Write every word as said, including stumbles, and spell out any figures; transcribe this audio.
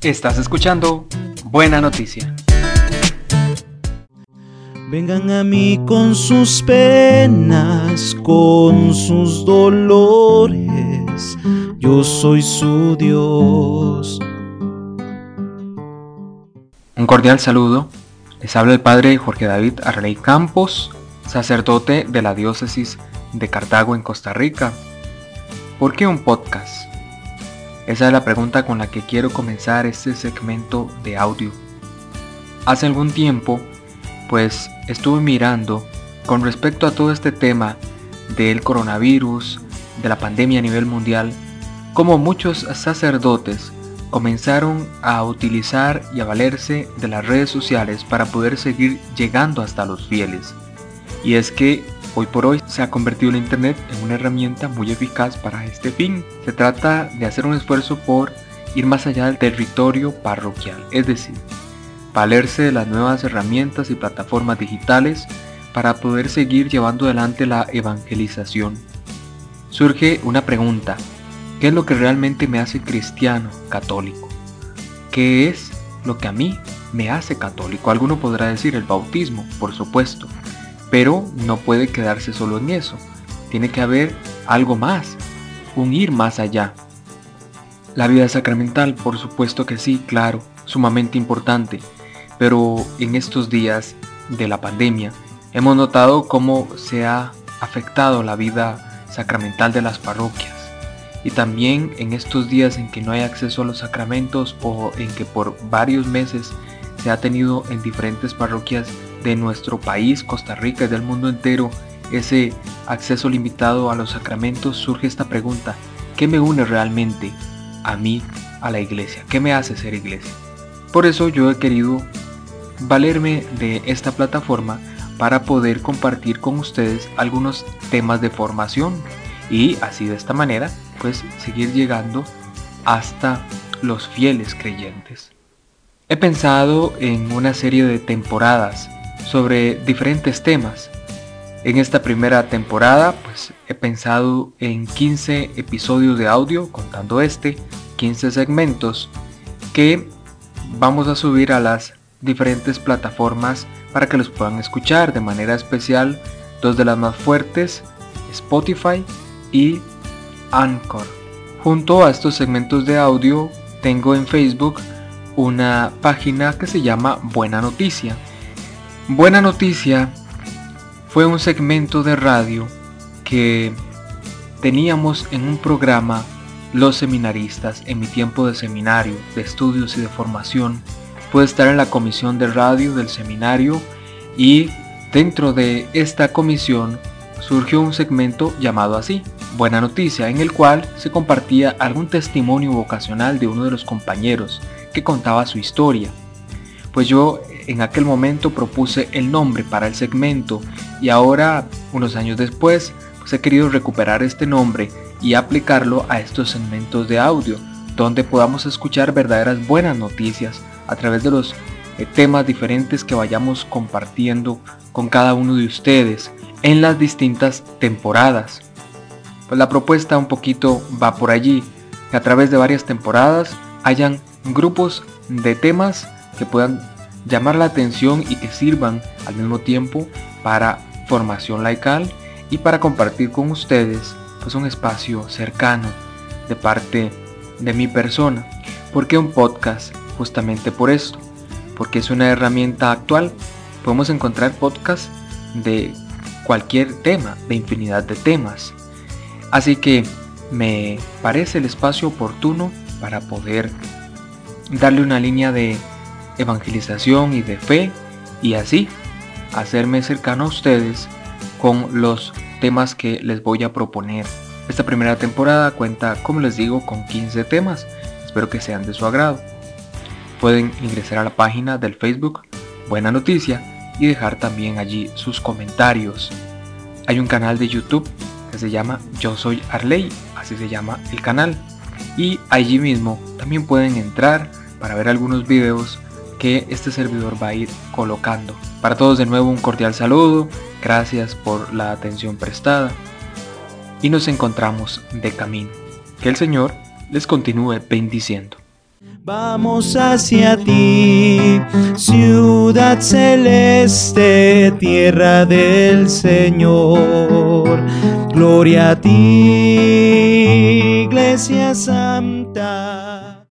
Estás escuchando Buena Noticia. Vengan a mí con sus penas, con sus dolores, yo soy su Dios. Un cordial saludo, les habla el padre Jorge David Arley Campos, sacerdote de la diócesis de Cartago en Costa Rica. ¿Por qué un podcast? Esa es la pregunta con la que quiero comenzar este segmento de audio. Hace algún tiempo, pues estuve mirando con respecto a todo este tema del coronavirus, de la pandemia a nivel mundial, cómo muchos sacerdotes comenzaron a utilizar y a valerse de las redes sociales para poder seguir llegando hasta los fieles. Y es que hoy por hoy se ha convertido el internet en una herramienta muy eficaz para este fin. Se trata de hacer un esfuerzo por ir más allá del territorio parroquial, es decir, valerse de las nuevas herramientas y plataformas digitales para poder seguir llevando adelante la evangelización. Surge una pregunta: ¿qué es lo que realmente me hace cristiano, católico? ¿Qué es lo que a mí me hace católico? Alguno podrá decir el bautismo, por supuesto, pero no puede quedarse solo en eso. Tiene que haber algo más, un ir más allá. La vida sacramental, por supuesto que sí, claro, sumamente importante. Pero en estos días de la pandemia hemos notado cómo se ha afectado la vida sacramental de las parroquias. Y también en estos días en que no hay acceso a los sacramentos o en que por varios meses se ha tenido en diferentes parroquias de nuestro país, Costa Rica y del mundo entero, ese acceso limitado a los sacramentos, surge esta pregunta: ¿qué me une realmente a mí, a la iglesia? ¿Qué me hace ser iglesia? Por eso yo he querido valerme de esta plataforma para poder compartir con ustedes algunos temas de formación y así de esta manera pues seguir llegando hasta los fieles creyentes. He pensado en una serie de temporadas sobre diferentes temas. En esta primera temporada pues he pensado en quince episodios de audio, contando este, quince segmentos que vamos a subir a las diferentes plataformas para que los puedan escuchar de manera especial. Dos de las más fuertes, Spotify y Anchor. Junto a estos segmentos de audio tengo en Facebook una página que se llama Buena Noticia. Buena Noticia fue un segmento de radio que teníamos en un programa los seminaristas en mi tiempo de seminario, de estudios y de formación. Pude estar en la comisión de radio del seminario y dentro de esta comisión surgió un segmento llamado así, Buena Noticia, en el cual se compartía algún testimonio vocacional de uno de los compañeros que contaba su historia. Pues yo en aquel momento propuse el nombre para el segmento y ahora, unos años después, pues he querido recuperar este nombre y aplicarlo a estos segmentos de audio, donde podamos escuchar verdaderas buenas noticias a través de los eh, temas diferentes que vayamos compartiendo con cada uno de ustedes en las distintas temporadas. Pues la propuesta un poquito va por allí, que a través de varias temporadas hayan grupos de temas que puedan llamar la atención y que sirvan al mismo tiempo para formación laical y para compartir con ustedes pues un espacio cercano de parte de mi persona. ¿Por qué un podcast? Justamente por esto, porque es una herramienta actual. Podemos encontrar podcasts de cualquier tema, de infinidad de temas. Así que me parece el espacio oportuno para poder darle una línea de evangelización y de fe y así hacerme cercano a ustedes con los temas que les voy a proponer. Esta primera temporada cuenta, como les digo, con quince temas. Espero que sean de su agrado. Pueden ingresar a la página del Facebook Buena Noticia y dejar también allí sus comentarios. Hay un canal de YouTube que se llama Yo Soy Arley, así se llama el canal. Y allí mismo también pueden entrar para ver algunos videos que este servidor va a ir colocando. Para todos de nuevo un cordial saludo, gracias por la atención prestada y nos encontramos de camino. Que el Señor les continúe bendiciendo. Vamos hacia ti, ciudad celeste, tierra del Señor. Gloria a ti, Iglesia Santa.